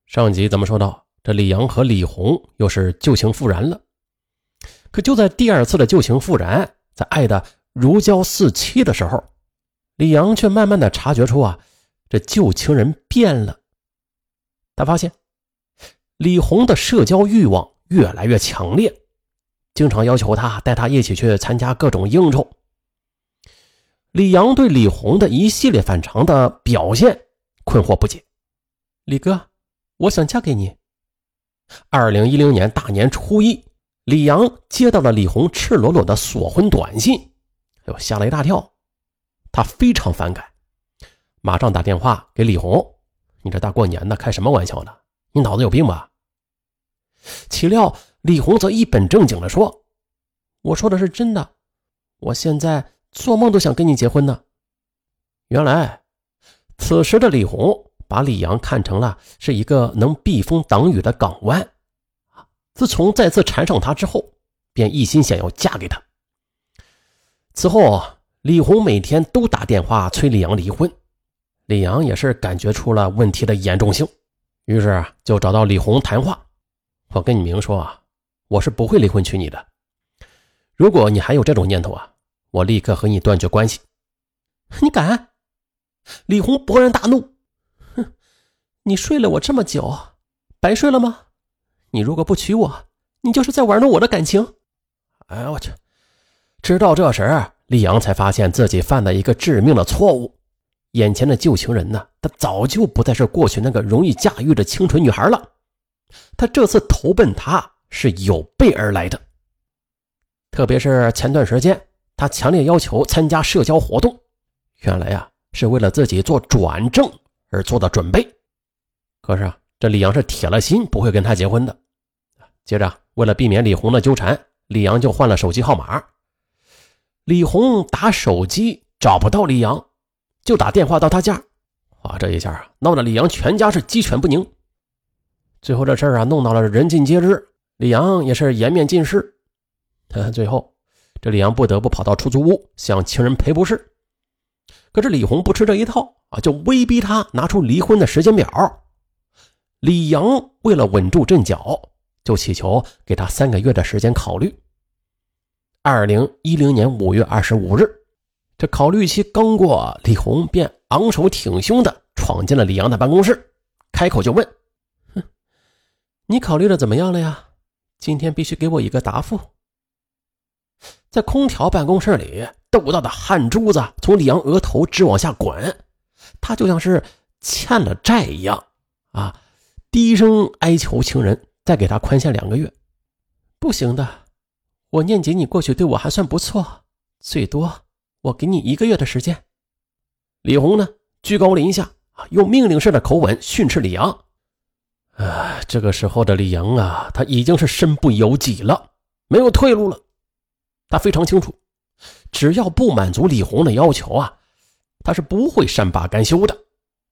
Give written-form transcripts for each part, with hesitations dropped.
上集咱们说到，这李阳和李红又是旧情复燃了。可就在第二次的旧情复燃，在爱的如胶似漆的时候，李阳却慢慢的察觉出这旧情人变了。他发现李红的社交欲望越来越强烈，经常要求他带他一起去参加各种应酬。李阳对李红的一系列反常的表现困惑不解。李哥，我想嫁给你。2010年大年初一，李阳接到了李红赤裸裸的锁婚短信，吓了一大跳。他非常反感，马上打电话给李红：“你这大过年的开什么玩笑呢？你脑子有病吧？”岂料李红则一本正经地说：“我说的是真的，我现在做梦都想跟你结婚呢。”原来此时的李红把李阳看成了是一个能避风挡雨的港湾。自从再次缠上他之后，便一心想要嫁给他。此后李红每天都打电话催李阳离婚，李阳也是感觉出了问题的严重性，于是就找到李红谈话：“我跟你明说我是不会离婚娶你的，如果你还有这种念头我立刻和你断绝关系。”“你敢？”李红勃然大怒：“哼，你睡了我这么久，白睡了吗？你如果不娶我，你就是在玩弄我的感情。”哎，我去！直到这时，李阳才发现自己犯了一个致命的错误。眼前的旧情人呢，她早就不再是过去那个容易驾驭的清纯女孩了。她这次投奔他是有备而来的。特别是前段时间，他强烈要求参加社交活动，原来是为了自己做转正而做的准备。可是这李阳是铁了心不会跟他结婚的。接着为了避免李红的纠缠，李阳就换了手机号码。李红打手机找不到李阳，就打电话到他家。这一下闹得李阳全家是鸡犬不宁。最后这事儿弄到了人尽皆知，李阳也是颜面尽失。最后这李阳不得不跑到出租屋向情人赔不是。可是李红不吃这一套就威逼他拿出离婚的时间表。李阳为了稳住阵脚，就祈求给他3个月的时间考虑。2010年5月25日，这考虑期刚过，李红便昂首挺胸地闯进了李阳的办公室，开口就问：“你考虑的怎么样了呀？今天必须给我一个答复。”在空调办公室里，豆大的汗珠子从李阳额头直往下滚，他就像是欠了债一样低声哀求情人再给他宽限2个月。“不行的，我念及你过去对我还算不错，最多我给你1个月的时间。”李红呢，居高临下用命令式的口吻训斥李阳。这个时候的李阳他已经是身不由己了，没有退路了。他非常清楚，只要不满足李红的要求他是不会善罢甘休的。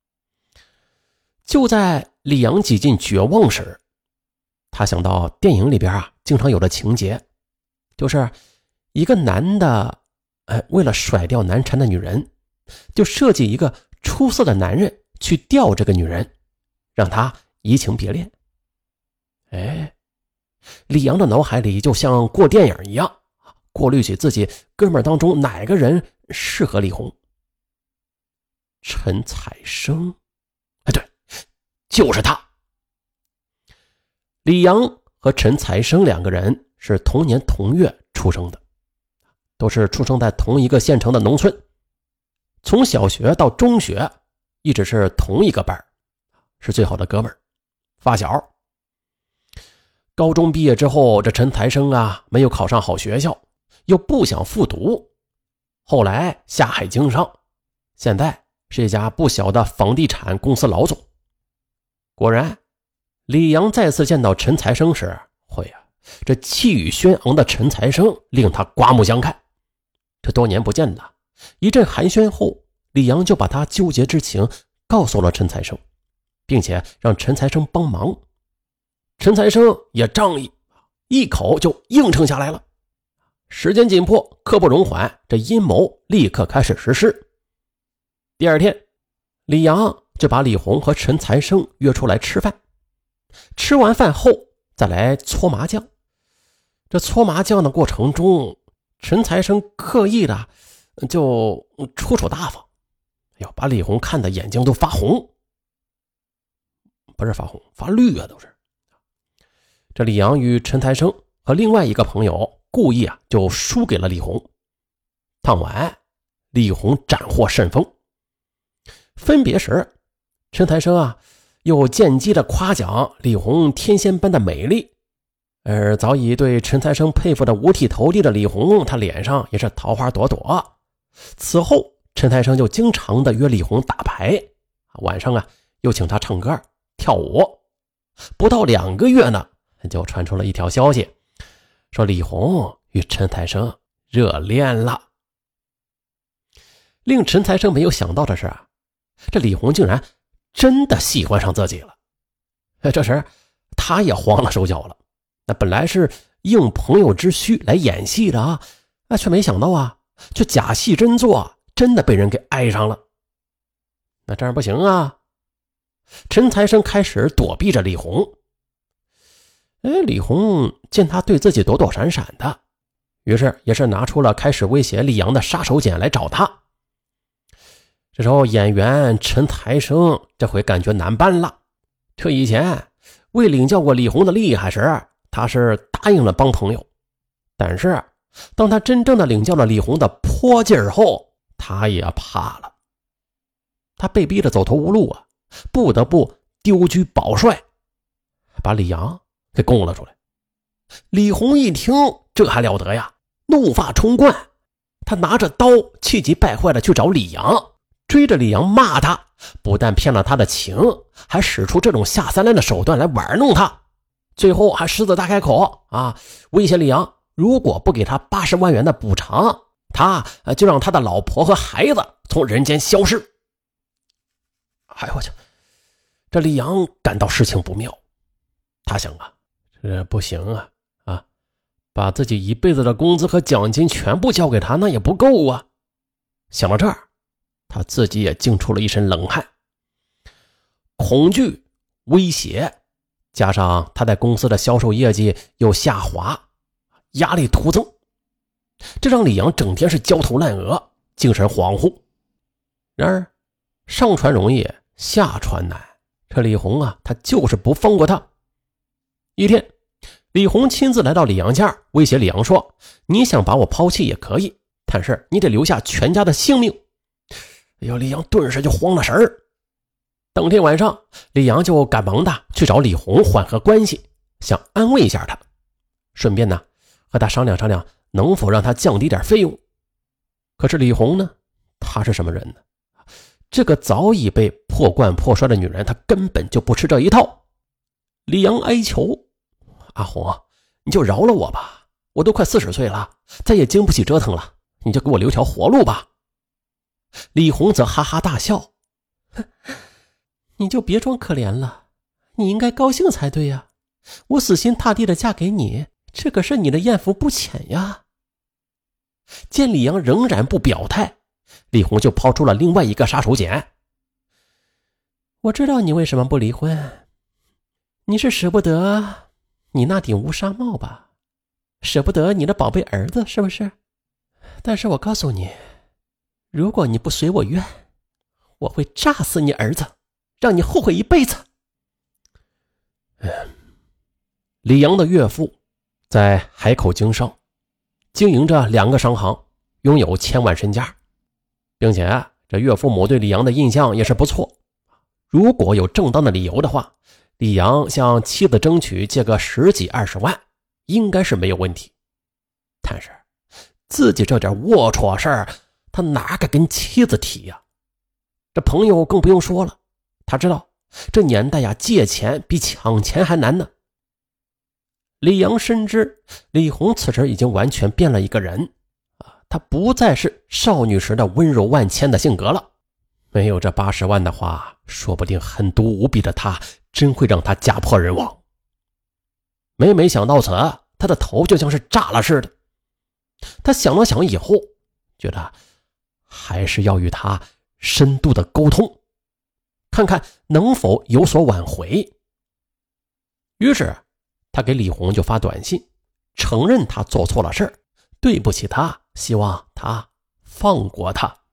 就在李阳几近绝望时，他想到电影里边经常有的情节，就是一个男的为了甩掉难缠的女人，就设计一个出色的男人去钓这个女人，让她移情别恋。李阳的脑海里就像过电影一样，过滤起自己哥们当中哪个人适合李红。陈彩生，对，就是他。李阳和陈彩生2个人是同年同月出生的，都是出生在同一个县城的农村，从小学到中学一直是同一个班，是最好的哥们儿发小。高中毕业之后，这陈才生没有考上好学校，又不想复读，后来下海经商，现在是一家不小的房地产公司老总。果然李阳再次见到陈才生时，这气宇轩昂的陈才生令他刮目相看。这多年不见了，一阵寒暄后，李阳就把他纠结之情告诉了陈才生，并且让陈才生帮忙。陈才生也仗义，一口就应承下来了。时间紧迫，刻不容缓，这阴谋立刻开始实施。第二天，李阳就把李红和陈才生约出来吃饭， 吃完饭后再来搓麻将。这搓麻将的过程中，陈财生刻意的就出手大方，把李红看的眼睛都发红，不是发红，发绿啊都是。这李阳与陈财生和另外一个朋友故意就输给了李红。当晚李红斩获甚丰。分别时，陈财生又间接的夸奖李红天仙般的美丽，而早已对陈财生佩服的五体投地的李红，他脸上也是桃花朵朵。此后陈财生就经常的约李红打牌，晚上又请他唱歌跳舞。不到2个月呢，就传出了一条消息，说李红与陈财生热恋了。令陈财生没有想到的是这李红竟然真的喜欢上自己了。这时他也慌了手脚了，那本来是应朋友之需来演戏的却没想到却假戏真做，真的被人给爱上了。那这样不行陈财生开始躲避着李红。李红见他对自己躲躲闪闪的，于是也是拿出了开始威胁李阳的杀手锏来找他。这时候演员陈财生这回感觉难办了，这以前未领教过李红的厉害时，他是答应了帮朋友，但是当他真正的领教了李红的泼劲儿后，他也怕了。他被逼得走投无路不得不丢车保帅，把李阳给供了出来。李红一听这还了得呀，怒发冲冠，他拿着刀气急败坏的去找李阳，追着李阳骂他，不但骗了他的情，还使出这种下三滥的手段来玩弄他，最后还狮子大开口威胁李阳，如果不给他80万元的补偿，他就让他的老婆和孩子从人间消失。哎呦我去！这李阳感到事情不妙，他想这不行把自己一辈子的工资和奖金全部交给他，那也不够想到这儿，他自己也惊出了一身冷汗。恐惧、威胁，加上他在公司的销售业绩又下滑，压力徒增，这让李阳整天是焦头烂额，精神恍惚。然而上船容易下船难，这李红他就是不放过他。一天，李红亲自来到李阳家，威胁李阳说，你想把我抛弃也可以，但是你得留下全家的性命。李阳顿时就慌了神儿。当天晚上，李阳就赶忙的去找李红缓和关系，想安慰一下他，顺便和他商量商量能否让他降低点费用。可是李红呢，她是什么人呢？这个早已被破罐破摔的女人，她根本就不吃这一套。李阳哀求，阿红你就饶了我吧，我都快40岁了，再也经不起折腾了，你就给我留条活路吧。李红则哈哈大笑，你就别装可怜了，你应该高兴才对呀，我死心塌地的嫁给你，这可是你的艳福不浅呀。见李阳仍然不表态，李红就抛出了另外一个杀手锏。我知道你为什么不离婚，你是舍不得你那顶乌纱帽吧，舍不得你的宝贝儿子是不是？但是我告诉你，如果你不随我愿，我会炸死你儿子，让你后悔一辈子。李阳的岳父在海口经商，经营着2个商行，拥有1000万身家，并且这岳父母对李阳的印象也是不错。如果有正当的理由的话，李阳向妻子争取借个10几20万应该是没有问题。但是自己这点龌龊事儿，他哪敢跟妻子提呀？这朋友更不用说了，他知道这年代借钱比抢钱还难呢。李阳深知李红此时已经完全变了一个人她不再是少女时的温柔万千的性格了。没有这80万的话，说不定狠毒无比的他真会让他家破人亡。每每想到此，他的头就像是炸了似的。他想了想以后，觉得还是要与他深度的沟通，看看能否有所挽回。 于是他给李红就发短信，承认他做错了事儿，对不起他，希望他放过他。